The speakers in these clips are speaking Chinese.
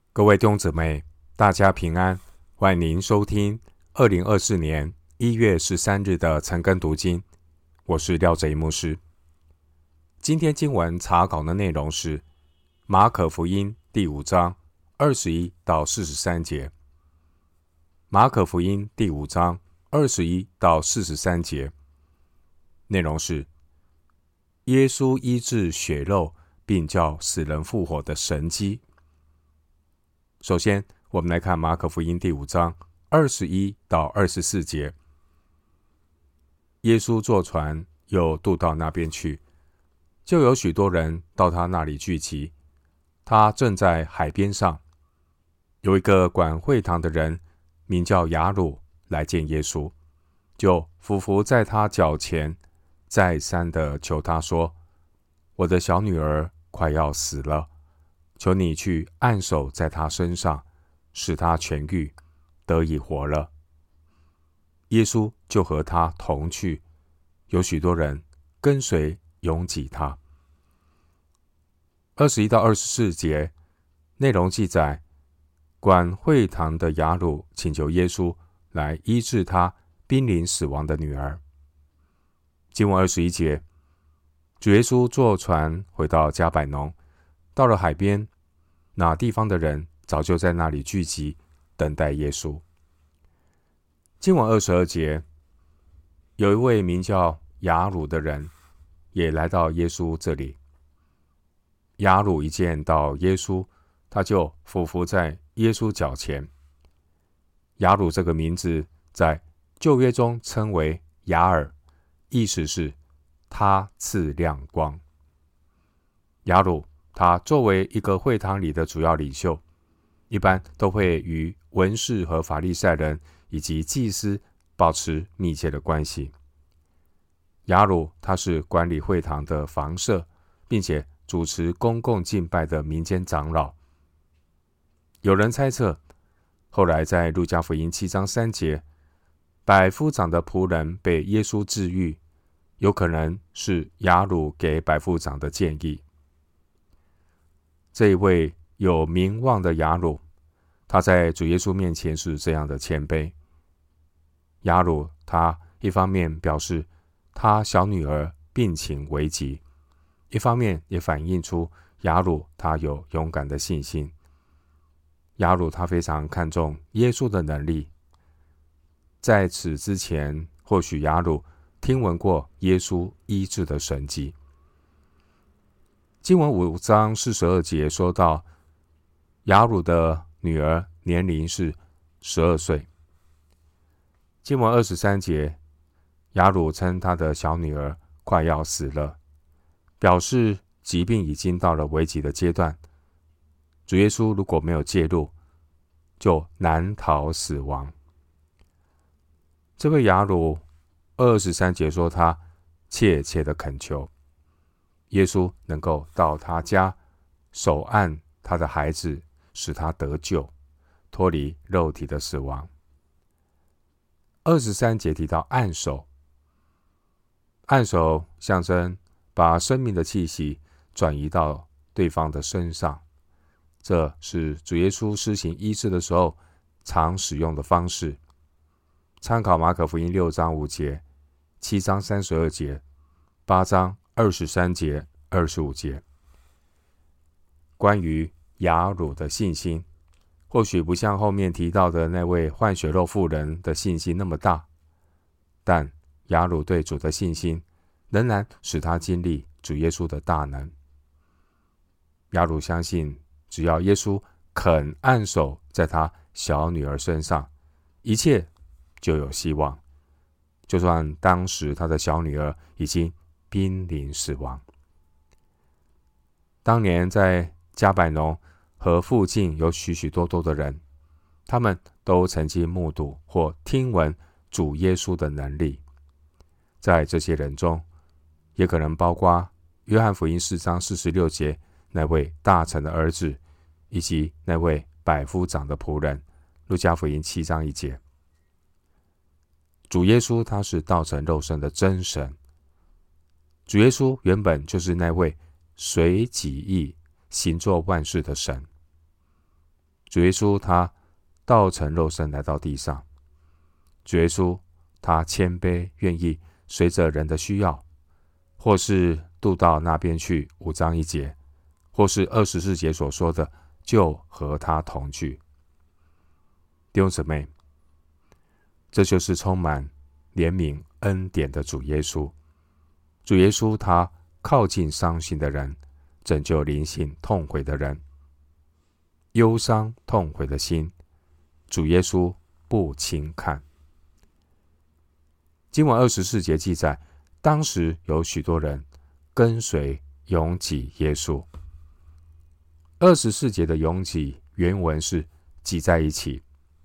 各位弟兄姊妹，大家平安，欢迎您收听2024年1月13日的晨更读经。我是廖哲一牧师。今天经文查考的内容是马可福音第5章21到43节。马可福音第5章21到43节，内容是耶稣医治血肉，并叫死人复活的神迹。首先，我们来看马可福音第5章21到24节。耶稣坐船又渡到那边去，就有许多人到他那里聚集。他正在海边上，有一个管会堂的人，名叫雅鲁，来见耶稣，就俯伏在他脚前，再三的求他说：“我的小女儿快要死了，求你去按手在他身上，使他痊愈，得以活了。”耶稣就和他同去，有许多人跟随拥挤他。21到24节内容记载，管会堂的雅鲁请求耶稣来医治他濒临死亡的女儿。经文21节，主耶稣坐船回到迦百农，到了海边，那地方的人早就在那里聚集，等待耶稣。经文22节，有一位名叫雅鲁的人也来到耶稣这里。雅鲁一见到耶稣，他就俯伏在耶稣脚前。雅鲁这个名字在旧约中称为雅尔，意思是他赐亮光。雅鲁他作为一个会堂里的主要领袖，一般都会与文士和法利赛人以及祭司保持密切的关系。雅鲁他是管理会堂的房舍，并且主持公共敬拜的民间长老。有人猜测，后来在路加福音7章3节，百夫长的仆人被耶稣治愈，有可能是雅鲁给百夫长的建议。这一位有名望的雅鲁，他在主耶稣面前是这样的谦卑。雅鲁他一方面表示他小女儿病情危急，一方面也反映出雅鲁他有勇敢的信心。雅鲁他非常看重耶稣的能力。在此之前，或许雅鲁听闻过耶稣医治的神迹。经文5章42节说到，雅鲁的女儿年龄是12岁。经文23节，雅鲁称他的小女儿快要死了，表示疾病已经到了危急的阶段。主耶稣如果没有介入，就难逃死亡。这位雅鲁23节说，他切切的恳求耶稣能够到他家手按他的孩子，使他得救，脱离肉体的死亡。23节提到按手，按手象征把生命的气息转移到对方的身上，这是主耶稣施行医治的时候常使用的方式。参考马可福音6章5节、7章32节、8章23节、25节。关于雅鲁的信心，或许不像后面提到的那位患血肉妇人的信心那么大，但雅鲁对主的信心仍然使他经历主耶稣的大能。雅鲁相信，只要耶稣肯按手在他小女儿身上，一切就有希望，就算当时他的小女儿已经濒临死亡。当年在迦百农和附近有许许多多的人，他们都曾经目睹或听闻主耶稣的能力。在这些人中，也可能包括约翰福音4章46节那位大臣的儿子，以及那位百夫长的仆人，路加福音7章1节。主耶稣他是道成肉身的真神，主耶稣原本就是那位随己意行作万事的神。 主耶稣他道成肉身来到地上，主耶稣他谦卑，愿意随着人的需要，或是渡到那边去5章1节，或是24节所说的就和他同居。弟兄姊妹，这就是充满怜悯恩典的主耶稣。主耶稣他靠近伤心的人，拯救灵性痛悔的人。忧伤痛悔的心，主耶稣不轻看。经文24节记载，当时有许多人跟随拥挤耶稣。24节的拥挤原文是挤在一起。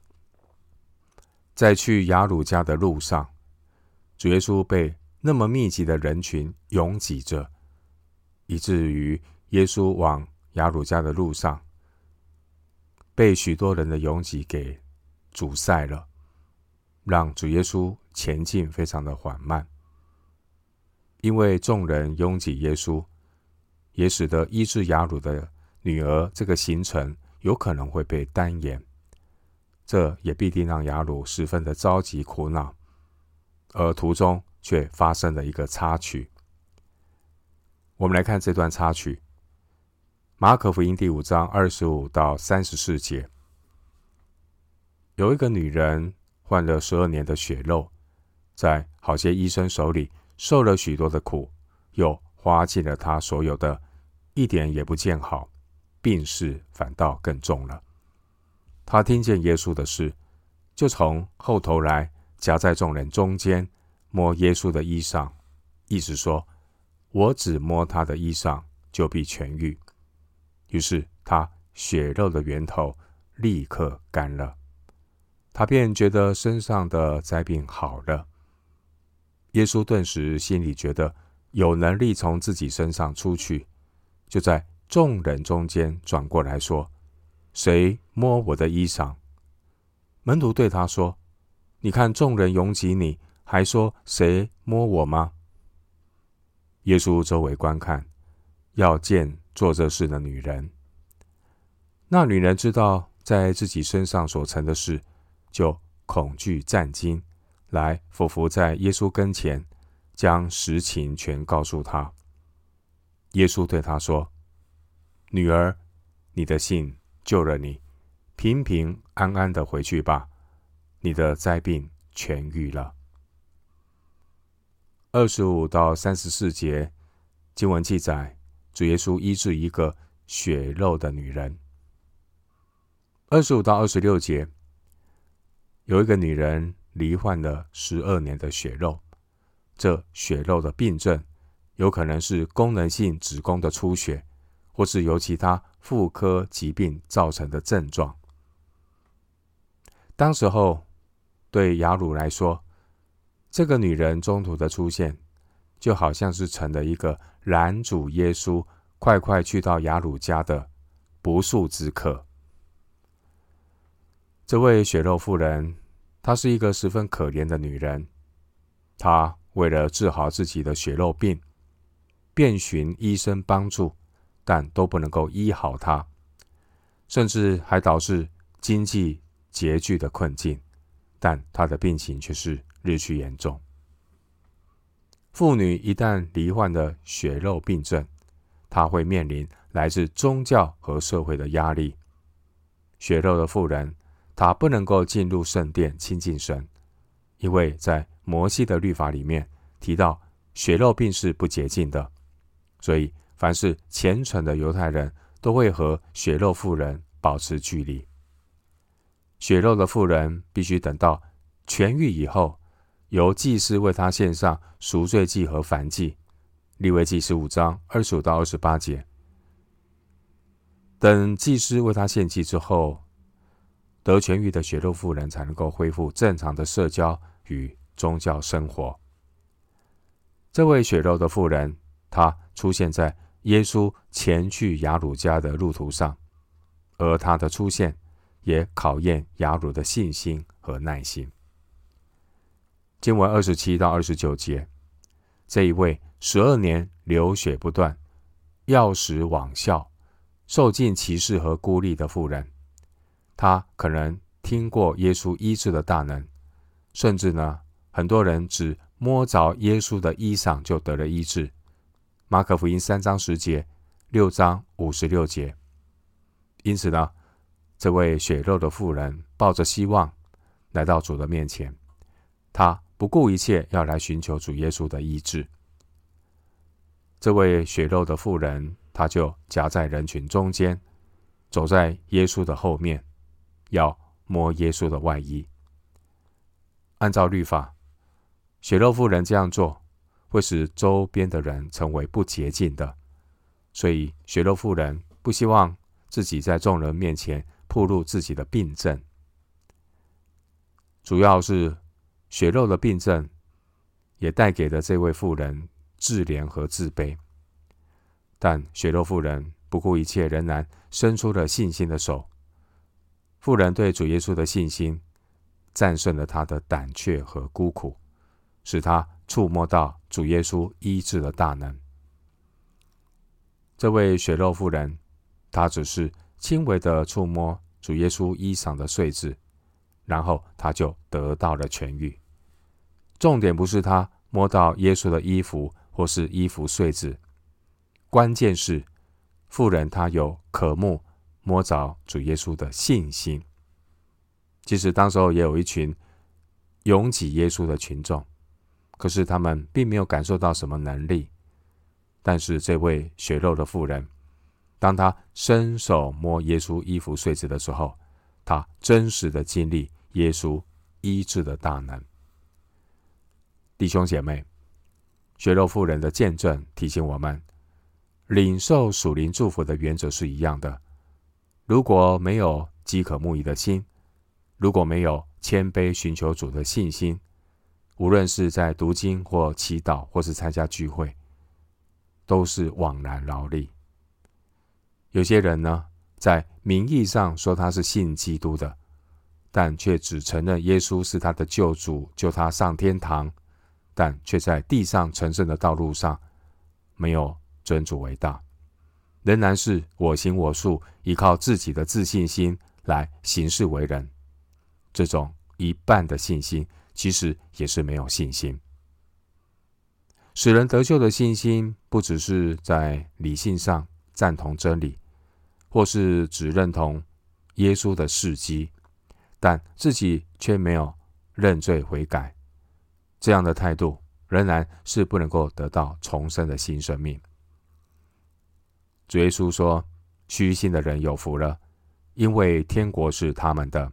在去雅鲁家的路上，主耶稣被那么密集的人群拥挤着，以至于耶稣往雅鲁家的路上被许多人的拥挤给阻塞了，让主耶稣前进非常的缓慢。因为众人拥挤耶稣，也使得医治雅鲁的女儿这个行程有可能会被耽延，这也必定让雅鲁十分的着急苦恼，而途中却发生了一个插曲。我们来看这段插曲，马可福音第5章25到34节。有一个女人患了12年的血漏，在好些医生手里受了许多的苦，又花尽了她所有的，一点也不见好，病势反倒更重了。她听见耶稣的事，就从后头来，夹在众人中间，摸耶稣的衣裳，意思说，我只摸他的衣裳，就必痊愈。于是他血肉的源头立刻干了，他便觉得身上的灾病好了。耶稣顿时心里觉得有能力从自己身上出去，就在众人中间转过来说，谁摸我的衣裳？门徒对他说，你看众人拥挤你，还说谁摸我吗？耶稣周围观看，要见做这事的女人。那女人知道在自己身上所成的事，就恐惧战惊，来俯伏在耶稣跟前，将实情全告诉他。耶稣对她说，女儿，你的信救了你，平平安安的回去吧，你的灾病痊愈了。25到34节经文记载，主耶稣医治一个血漏的女人。25到26节，有一个女人罹患了12年的血漏，这血漏的病症有可能是功能性子宫的出血，或是由其他妇科疾病造成的症状。当时候对雅鲁来说，这个女人中途的出现，就好像是成了一个拦阻耶稣快快去到雅鲁家的不速之客。这位血肉妇人，她是一个十分可怜的女人，她为了治好自己的血肉病，遍寻医生帮助，但都不能够医好她，甚至还导致经济拮据的困境，但她的病情却是日趋严重。妇女一旦罹患了血肉病症，她会面临来自宗教和社会的压力。血肉的妇人，她不能够进入圣殿亲近神，因为在摩西的律法里面提到血肉病是不洁净的，所以凡是虔诚的犹太人都会和血肉妇人保持距离。血肉的妇人必须等到痊愈以后，由祭司为他献上赎罪祭和燔祭，利未记15章25到28节。等祭司为他献祭之后，得痊愈的血肉妇人才能够恢复正常的社交与宗教生活。这位血肉的妇人，她出现在耶稣前去雅鲁家的路途上，而她的出现也考验雅鲁的信心和耐心。经文27到29节，这一位12年流血不断、药石罔效、受尽歧视和孤立的妇人， 他可能听过耶稣医治的大能，甚至呢，很多人只摸着耶稣的衣裳就得了医治。马可福音3章10节，6章56节。因此呢，这位血肉的妇人抱着希望来到主的面前，他不顾一切要来寻求主耶稣的医治。这位血肉的妇人，她就夹在人群中间，走在耶稣的后面，要摸耶稣的外衣。按照律法，血肉妇人这样做会使周边的人成为不洁净的，所以血肉妇人不希望自己在众人面前暴露自己的病症。主要是血肉的病症也带给了这位妇人自怜和自卑，但血肉妇人不顾一切，仍然伸出了信心的手。妇人对主耶稣的信心战胜了她的胆怯和孤苦，使她触摸到主耶稣医治的大能。这位血肉妇人，她只是轻微的触摸主耶稣衣裳的穗子，然后她就得到了痊愈。重点不是她摸到耶稣的衣服或是衣服穗子，关键是妇人她有渴慕摸着主耶稣的信心。其实当时候也有一群拥挤耶稣的群众，可是他们并没有感受到什么能力。但是这位血肉的妇人，当她伸手摸耶稣衣服穗子的时候，她真实的经历耶稣医治的大能。弟兄姐妹，血肉妇人的见证提醒我们，领受属灵祝福的原则是一样的。如果没有饥渴慕义的心，如果没有谦卑寻求主的信心，无论是在读经或祈祷或是参加聚会，都是枉然劳力。有些人呢，在名义上说他是信基督的，但却只承认耶稣是他的救主，救他上天堂，但却在地上成圣的道路上没有尊主为大，仍然是我行我素，依靠自己的自信心来行事为人。这种一半的信心，其实也是没有信心。使人得救的信心，不只是在理性上赞同真理，或是只认同耶稣的事迹，但自己却没有认罪悔改，这样的态度仍然是不能够得到重生的新生命。主耶稣说，虚心的人有福了，因为天国是他们的。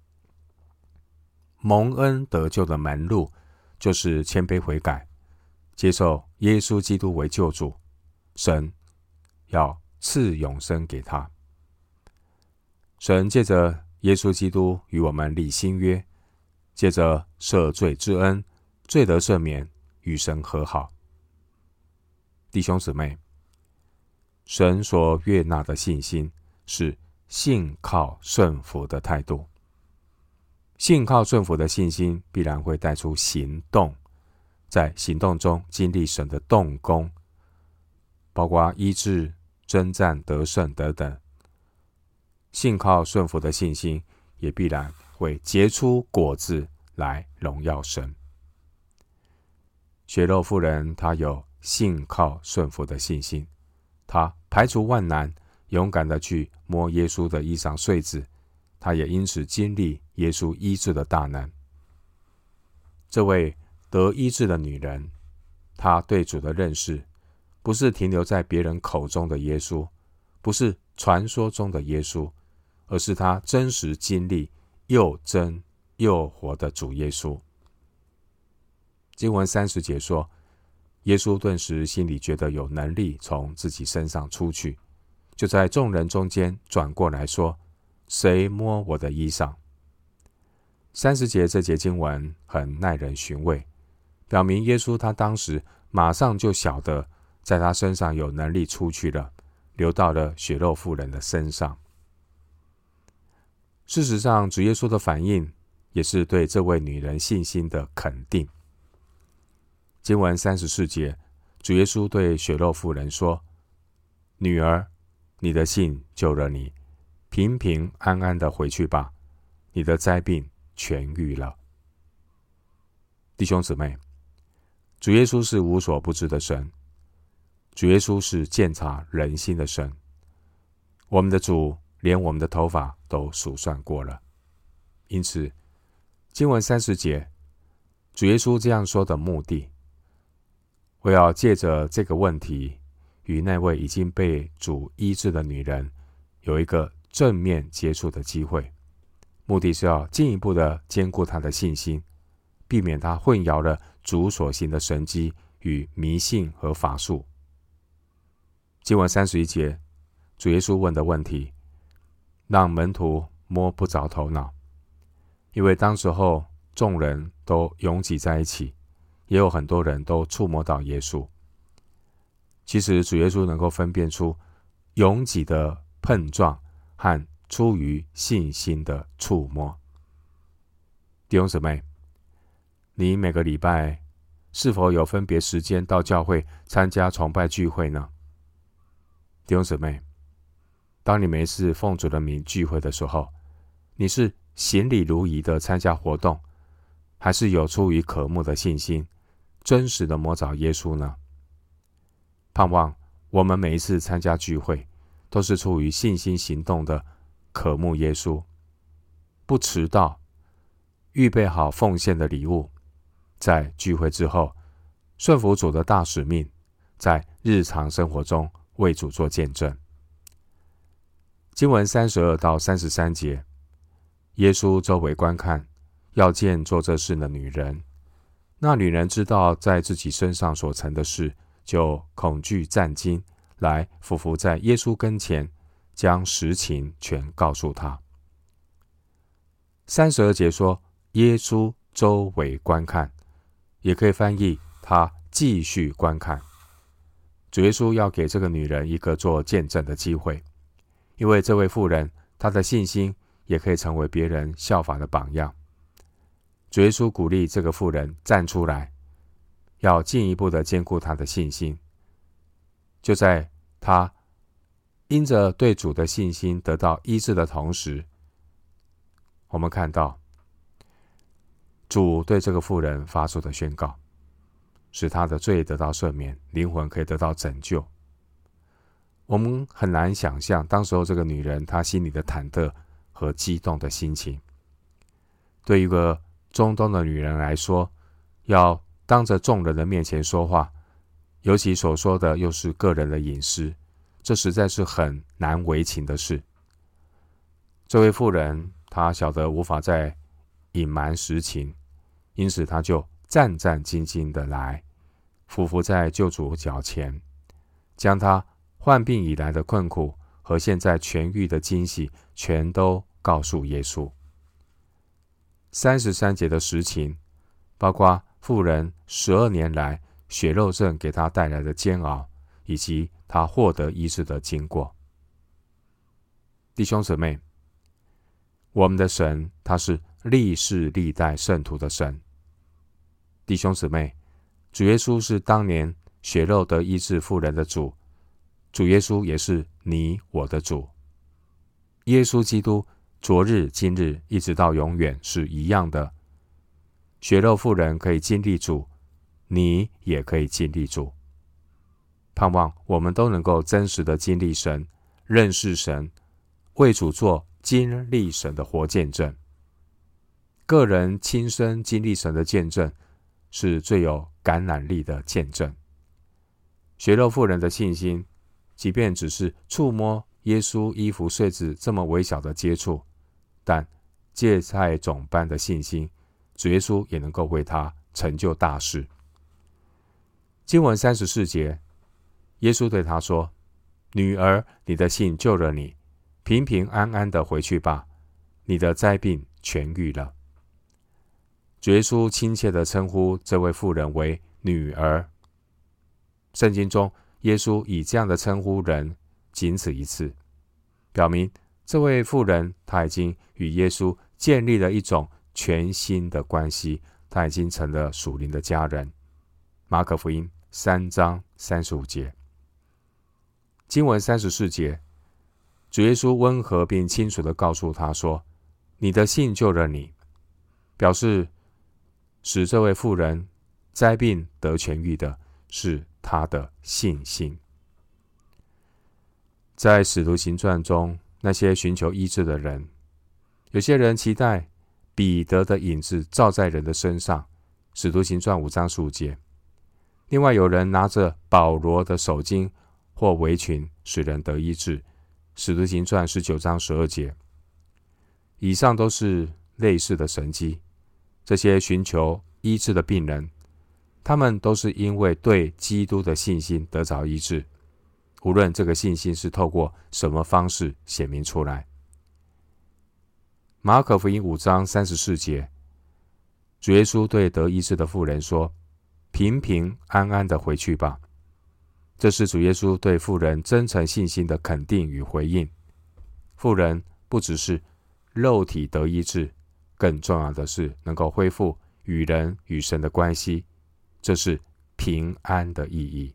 蒙恩得救的门路，就是谦卑悔改，接受耶稣基督为救主，神要赐永生给他。神借着耶稣基督与我们立新约，借着赦罪之恩，罪得赦免，与神和好。弟兄姊妹，神所悦纳的信心是信靠顺服的态度。信靠顺服的信心必然会带出行动，在行动中经历神的动工，包括医治、征战、得胜等等。信靠顺服的信心也必然会结出果子来荣耀神。血肉妇人她有信靠顺服的信心，她排除万难，勇敢的去摸耶稣的衣裳穗子，她也因此经历耶稣医治的大能。这位得医治的女人，她对主的认识不是停留在别人口中的耶稣，不是传说中的耶稣，而是她真实经历又真又活的主耶稣。经文30节说，耶稣顿时心里觉得有能力从自己身上出去，就在众人中间转过来说，谁摸我的衣裳？30节这节经文很耐人寻味，表明耶稣他当时马上就晓得在他身上有能力出去了，流到了血肉妇人的身上。事实上，主耶稣的反应也是对这位女人信心的肯定。经文34节，主耶稣对血肉妇人说，女儿，你的信救了你， 平平安安的回去吧，你的灾病痊愈了。弟兄姊妹，主耶稣是无所不知的神，主耶稣是鉴察人心的神。我们的主连我们的头发都数算过了。因此经文30节，主耶稣这样说的目的，我要借着这个问题，与那位已经被主医治的女人有一个正面接触的机会，目的是要进一步的坚固她的信心，避免她混淆了主所行的神迹与迷信和法术。经文31节，主耶稣问的问题，让门徒摸不着头脑，因为当时候众人都拥挤在一起，也有很多人都触摸到耶稣。其实主耶稣能够分辨出拥挤的碰撞和出于信心的触摸。弟兄姊妹，你每个礼拜是否有分别时间到教会参加崇拜聚会呢？弟兄姊妹，当你每次奉主的名聚会的时候，你是行礼如仪的参加活动，还是有出于渴慕的信心，真实的摸着耶稣呢？盼望我们每一次参加聚会，都是出于信心行动的渴慕耶稣，不迟到，预备好奉献的礼物，在聚会之后顺服主的大使命，在日常生活中为主做见证。经文32到33节，耶稣周围观看，要见做这事的女人。那女人知道在自己身上所成的事，就恐惧战惊，来俯伏在耶稣跟前，将实情全告诉他。32节说，耶稣周围观看，也可以翻译他继续观看。主耶稣要给这个女人一个做见证的机会，因为这位妇人她的信心也可以成为别人效法的榜样。主耶稣鼓励这个妇人站出来，要进一步的坚固她的信心。就在她因着对主的信心得到医治的同时，我们看到主对这个妇人发出的宣告，使她的罪得到赦免，灵魂可以得到拯救。我们很难想象当时候这个女人她心里的忐忑和激动的心情。对于一个中东的女人来说，要当着众人的面前说话，尤其所说的又是个人的隐私，这实在是很难为情的事。这位妇人她晓得无法再隐瞒实情，因此她就战战兢兢的来，俯伏在救主脚前，将她患病以来的困苦和现在痊愈的惊喜全都告诉耶稣。33节的实情，包括妇人12年来血肉症给她带来的煎熬，以及她获得医治的经过。弟兄姊妹，我们的神他是历世历代圣徒的神。弟兄姊妹，主耶稣是当年血肉得医治妇人的主，主耶稣也是你我的主。耶稣基督昨日今日一直到永远是一样的。血肉妇人可以经历主，你也可以经历主。盼望我们都能够真实的经历神，认识神，为主做经历神的活见证。个人亲身经历神的见证，是最有感染力的见证。血肉妇人的信心，即便只是触摸耶稣衣服穗子这么微小的接触，但芥菜种般的信心，主耶稣也能够为他成就大事。经文34节，耶稣对他说，女儿，你的信救了你，平平安安的回去吧，你的灾病痊愈了。主耶稣亲切地称呼这位妇人为女儿。圣经中耶稣以这样的称呼人仅此一次，表明这位妇人她已经与耶稣建立了一种全新的关系，她已经成了属灵的家人。马可福音3章35节。经文34节， 主耶稣温和并清楚地告诉他说：“你的信救了你。”表示使这位妇人灾病得痊愈的是他的信心。在使徒行传中，那些寻求医治的人，有些人期待彼得的影子照在人的身上，使徒行传5章15节。另外有人拿着保罗的手巾或围裙使人得医治，使徒行传19章12节。以上都是类似的神迹。这些寻求医治的病人，他们都是因为对基督的信心得着医治，无论这个信心是透过什么方式显明出来。马可福音5章34节，主耶稣对得医治的妇人说：“平平安安的回去吧。”这是主耶稣对妇人真诚信心的肯定与回应。妇人不只是肉体得医治，更重要的是能够恢复与人与神的关系，这是平安的意义。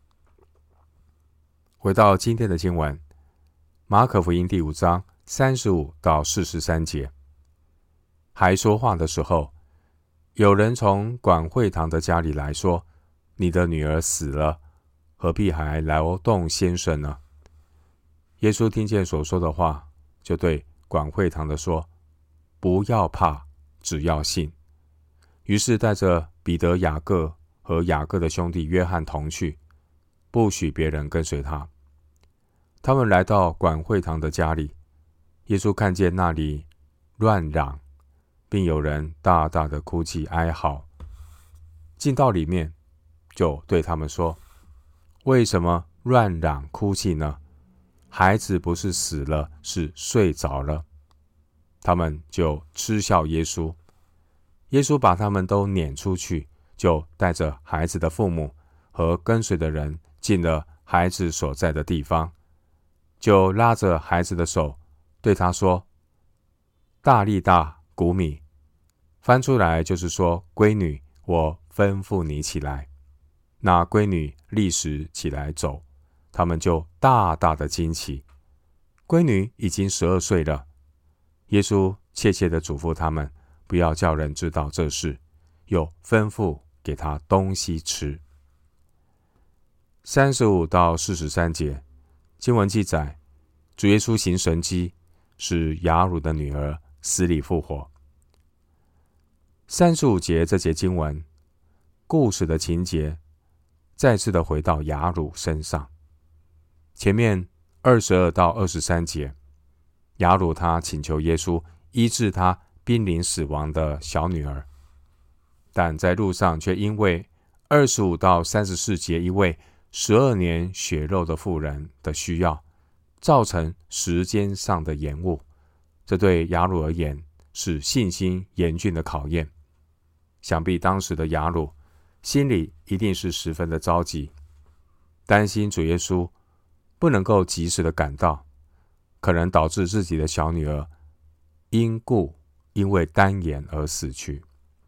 回到今天的经文，马可福音第5章35到43节。还说话的时候，有人从管会堂的家里来说：“你的女儿死了，何必还劳动先生呢？”耶稣听见所说的话，就对管会堂的说：“不要怕，只要信。”于是带着彼得、雅各和雅各的兄弟约翰同去，不许别人跟随他。他们来到管会堂的家里，耶稣看见那里乱嚷，并有人大大的哭泣哀嚎，进到里面，就对他们说：“为什么乱嚷哭泣呢？孩子不是死了，是睡着了。”他们就嗤笑耶稣。耶稣把他们都撵出去，就带着孩子的父母和跟随的人进了孩子所在的地方，就拉着孩子的手，对他说：“大利大古米。”翻出来就是说：“闺女，我吩咐你起来。”那闺女立时起来走，他们就大大的惊奇。闺女已经12岁了。耶稣切切的嘱咐他们，不要叫人知道这事，又吩咐给他东西吃。35到43节，经文记载，主耶稣行神迹，使雅鲁的女儿死里复活。35节这节经文，故事的情节再次的回到雅鲁身上。前面22到23节，雅鲁他请求耶稣医治他濒临死亡的小女儿，但在路上却因为25到34节一位12年血肉的妇人的需要，造成时间上的延误。这对雅鲁而言是信心严峻的考验。想必当时的雅鲁心里一定是十分的着急，担心主耶稣不能够及时的赶到，可能导致自己的小女儿因为单言而死去。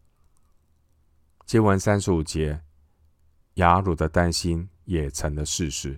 经文35节，雅鲁的担心也成了事实。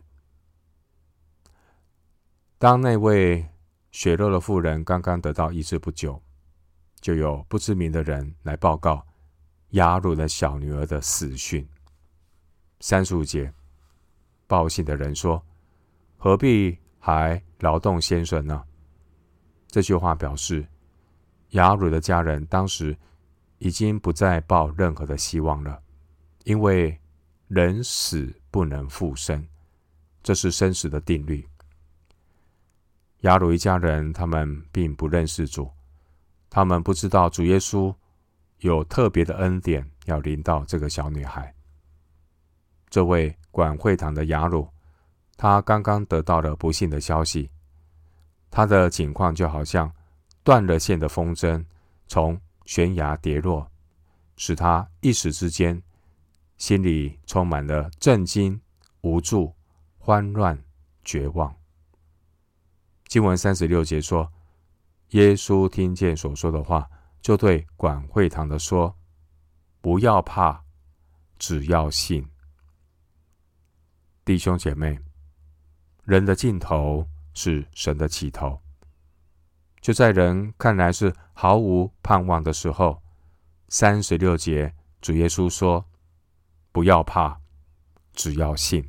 当那位血肉的妇人刚刚得到医治不久，就有不知名的人来报告雅鲁的小女儿的死讯。35节，报信的人说：“何必还劳动先生呢？”这句话表示，雅鲁的家人当时已经不再抱任何的希望了，因为人死不能复生，这是生死的定律。雅鲁一家人他们并不认识主，他们不知道主耶稣有特别的恩典要临到这个小女孩。这位管会堂的雅鲁，他刚刚得到了不幸的消息，他的情况就好像断了线的风筝从悬崖跌落，使他一时之间心里充满了震惊、无助、慌乱、绝望。经文36节说，耶稣听见所说的话，就对管会堂的说：“不要怕，只要信。”弟兄姐妹，人的尽头是神的起头。就在人看来是毫无盼望的时候，36节主耶稣说：不要怕，只要信。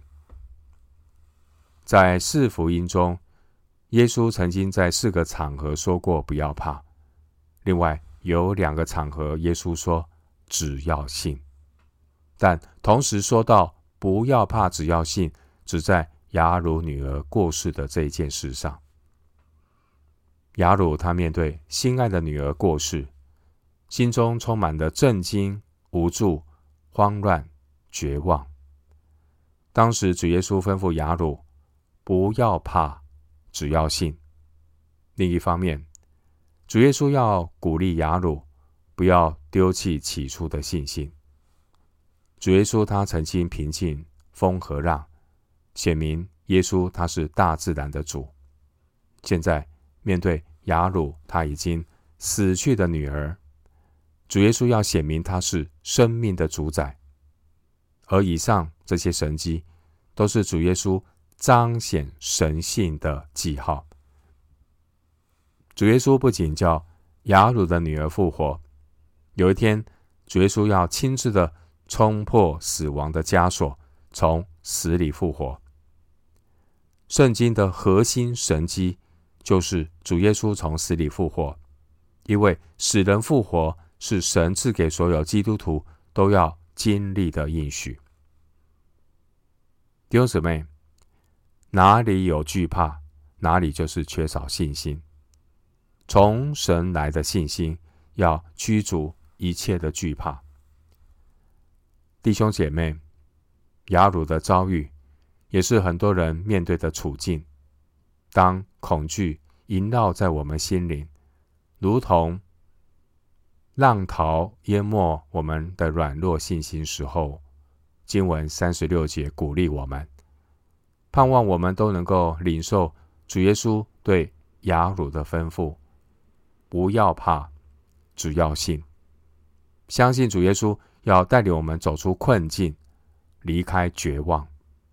在4福音中，耶稣曾经在4个场合说过不要怕，另外有2个场合耶稣说只要信，但同时说到不要怕只要信，只在雅鲁女儿过世的这一件事上。雅鲁她面对心爱的女儿过世，心中充满了震惊、无助、慌乱、绝望。当时主耶稣吩咐雅鲁不要怕，只要信。另一方面，主耶稣要鼓励雅鲁不要丢弃起初的信心。主耶稣他曾经平静风和浪，显明耶稣他是大自然的主。现在面对雅鲁他已经死去的女儿，主耶稣要显明他是生命的主宰。而以上这些神迹都是主耶稣彰显神性的记号。主耶稣不仅叫雅鲁的女儿复活，有一天主耶稣要亲自的冲破死亡的枷锁，从死里复活。圣经的核心神迹就是主耶稣从死里复活，因为使人复活是神赐给所有基督徒都要经历的应许。弟兄姊妹，哪里有惧怕，哪里就是缺少信心。从神来的信心要驱逐一切的惧怕。弟兄姐妹，雅鲁的遭遇也是很多人面对的处境。当恐惧萦绕在我们心灵，如同浪涛淹没我们的软弱信心时候，经文36节鼓励我们，盼望我们都能够领受主耶稣对雅鲁的吩咐：不要怕，只要信。相信主耶稣要带领我们走出困境，离开绝望。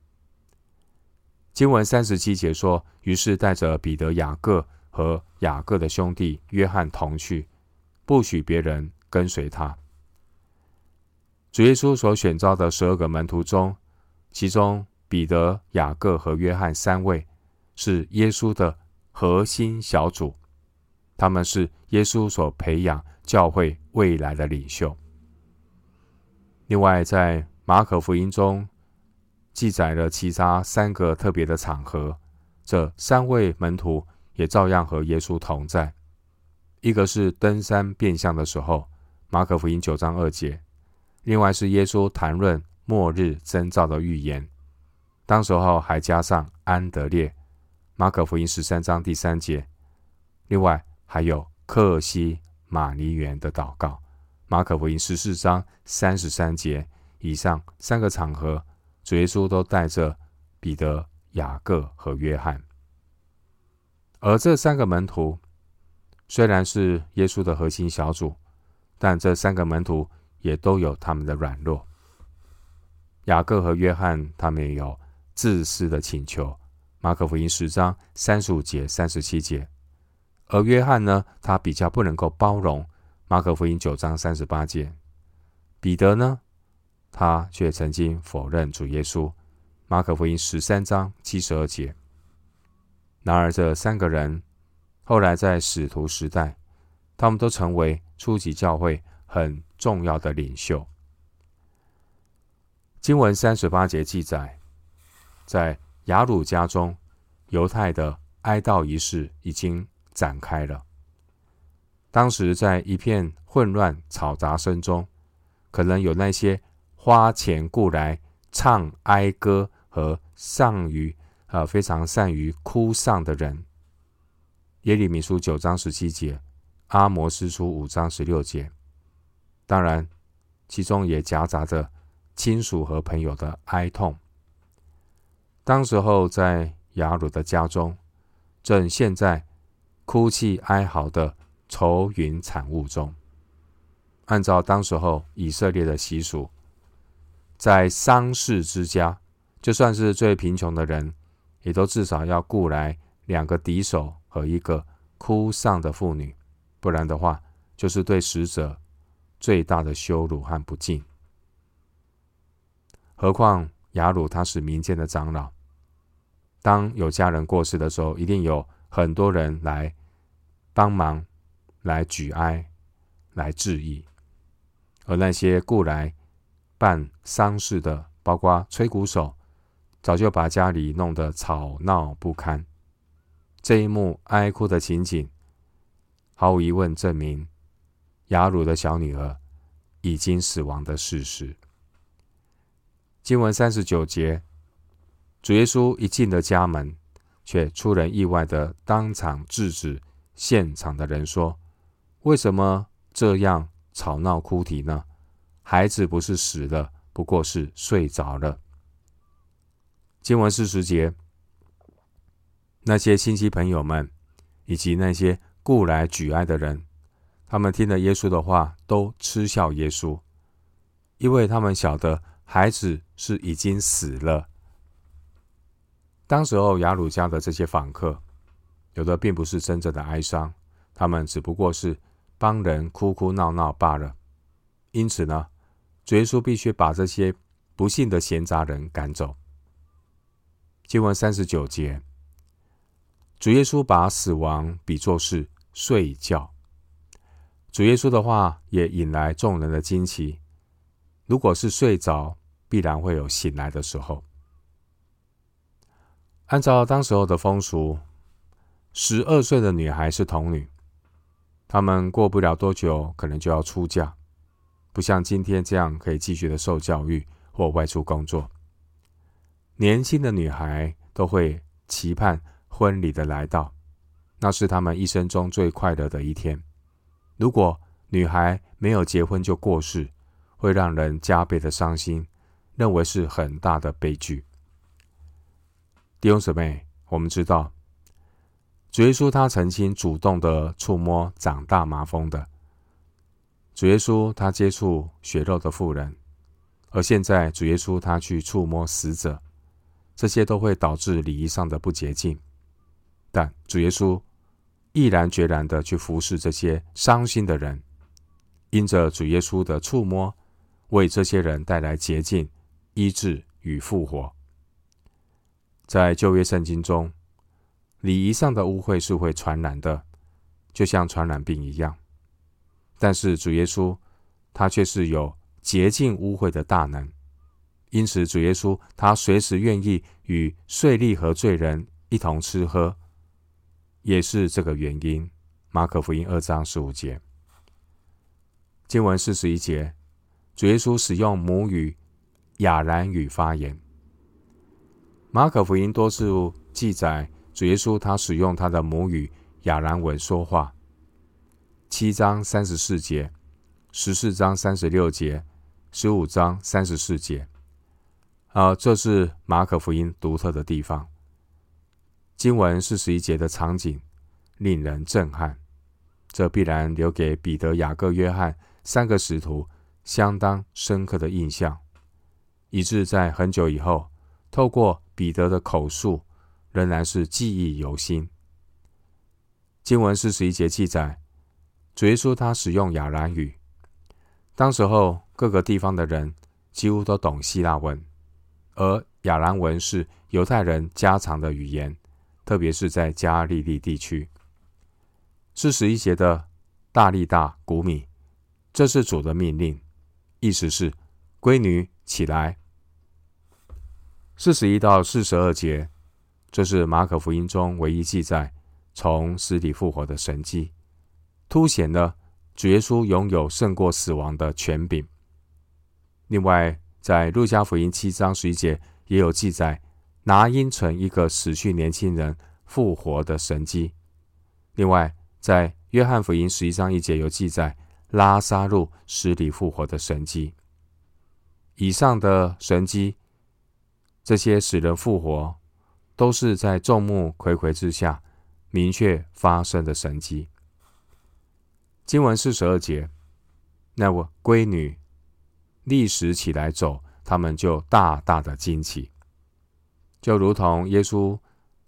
经文37节说，于是带着彼得、雅各和雅各的兄弟约翰同去，不许别人跟随他。主耶稣所选召的12个门徒中，其中彼得、雅各和约翰3位是耶稣的核心小组，他们是耶稣所培养教会未来的领袖。另外，在马可福音中记载了其他3个特别的场合，这3位门徒也照样和耶稣同在。一个是登山变相的时候，马可福音9章2节；另外是耶稣谈论末日征兆的预言，当时候还加上安德烈，马可福音13章第3节；另外还有客西马尼园的祷告，马可福音14章33节。以上3个场合，主耶稣都带着彼得、雅各和约翰。而这3个门徒虽然是耶稣的核心小组，但这3个门徒也都有他们的软弱。雅各和约翰他们也有自私的请求，马可福音10章35节、37节。而约翰呢，他比较不能够包容，马可福音9章38节。彼得呢，他却曾经否认主耶稣，马可福音13章72节。然而这3个人后来在使徒时代，他们都成为初级教会很重要的领袖。经文38节记载，在雅鲁家中，犹太的哀悼仪式已经展开了。当时在一片混乱嘈杂声中，可能有那些花钱雇来唱哀歌和非常善于哭丧的人。耶利米书9章17节，阿摩司书5章16节。当然，其中也夹杂着亲属和朋友的哀痛。当时候在雅鲁的家中，正陷在哭泣哀嚎的愁云惨雾中。按照当时候以色列的习俗，在丧事之家，就算是最贫穷的人，也都至少要雇来 2个敌手和1个哭丧的妇女，不然的话，就是对死者最大的羞辱和不敬。何况雅鲁他是民间的长老，当有家人过世的时候，一定有很多人来帮忙，来举哀，来致意。而那些雇来办丧事的，包括吹鼓手，早就把家里弄得吵闹不堪。这一幕哀哭的情景，毫无疑问证明雅鲁的小女儿已经死亡的事实。经文39节，主耶稣一进了家门，却出人意外的当场制止现场的人说：为什么这样吵闹哭啼呢？孩子不是死了，不过是睡着了。经文40节，那些亲戚朋友们以及那些雇来举哀的人，他们听了耶稣的话，都嗤笑耶稣，因为他们晓得孩子是已经死了。当时候雅鲁家的这些访客，有的并不是真正的哀伤，他们只不过是帮人哭哭闹闹罢了。因此呢，主耶稣必须把这些不幸的闲杂人赶走。经文39节，主耶稣把死亡比作是睡觉。主耶稣的话也引来众人的惊奇。如果是睡着，必然会有醒来的时候。按照当时候的风俗，12岁的女孩是童女，她们过不了多久可能就要出嫁，不像今天这样可以继续的受教育或外出工作。年轻的女孩都会期盼婚礼的来到，那是她们一生中最快乐的一天。如果女孩没有结婚就过世，会让人加倍的伤心，认为是很大的悲剧。弟兄姊妹，我们知道主耶稣他曾经主动的触摸长大麻风的，主耶稣他接触血肉的妇人，而现在主耶稣他去触摸死者，这些都会导致礼仪上的不洁净。但主耶稣毅然决然的去服侍这些伤心的人，因着主耶稣的触摸，为这些人带来洁净、医治与复活。在旧约圣经中，礼仪上的污秽是会传染的，就像传染病一样。但是主耶稣他却是有洁净污秽的大能，因此主耶稣他随时愿意与税吏和罪人一同吃喝，也是这个原因。马可福音2章15节，经文41节，主耶稣使用母语亚兰语发言。马可福音多次记载主耶稣他使用他的母语亚兰文说话，7章34节、14章36节、15章34节。这是马可福音独特的地方。经文41节的场景令人震撼，这必然留给彼得、雅各、约翰3个使徒相当深刻的印象，以致在很久以后，透过彼得的口述，仍然是记忆犹新。经文41节记载，主耶稣他使用亚兰语，当时候各个地方的人几乎都懂希腊文，而亚兰文是犹太人家常的语言，特别是在加利利地区。41节的大利大古米，这是主的命令，意思是闺女起来。41到42节，这是马可福音中唯一记载从死里复活的神迹，凸显了主耶稣拥有胜过死亡的权柄。另外在路加福音7章11节也有记载拿因城一个死去年轻人复活的神迹。另外在约翰福音11章1节有记载拉撒路死里复活的神迹。以上的神迹，这些使人复活，都是在众目睽睽之下明确发生的神迹。经文42节，那我闺女立时起来走，他们就大大的惊奇，就如同耶稣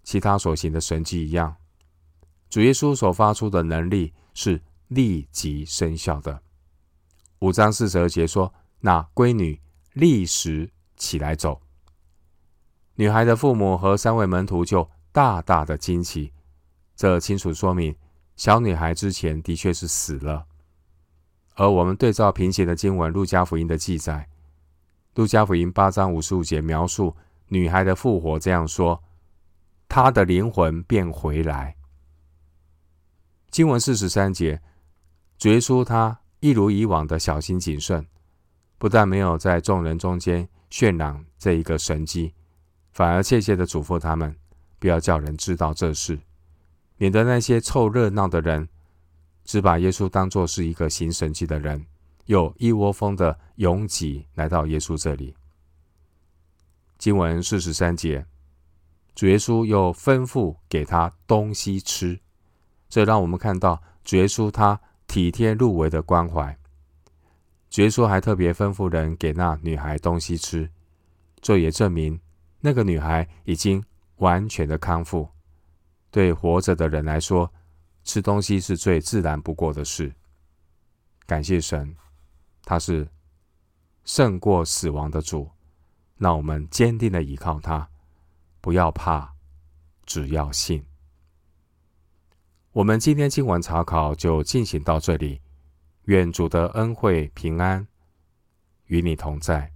其他所行的神迹一样，主耶稣所发出的能力是立即生效的。5章42节说，那闺女立时起来走。女孩的父母和3位门徒就大大的惊奇，这清楚说明小女孩之前的确是死了。而我们对照平行的经文路加福音的记载，路加福音8章55节描述女孩的复活这样说，她的灵魂便回来。经文43节，主耶稣他一如以往的小心谨慎，不但没有在众人中间渲染这一个神迹，反而切切的嘱咐他们不要叫人知道这事，免得那些凑热闹的人只把耶稣当作是一个行神迹的人，又一窝蜂的拥挤来到耶稣这里。经文43节，主耶稣又吩咐给他东西吃，这让我们看到主耶稣他体贴入微的关怀。主耶稣还特别吩咐人给那女孩东西吃，这也证明那个女孩已经完全的康复。对活着的人来说，吃东西是最自然不过的事。感谢神，他是胜过死亡的主，让我们坚定的依靠他，不要怕，只要信。我们今天经文查考就进行到这里，愿主的恩惠平安与你同在。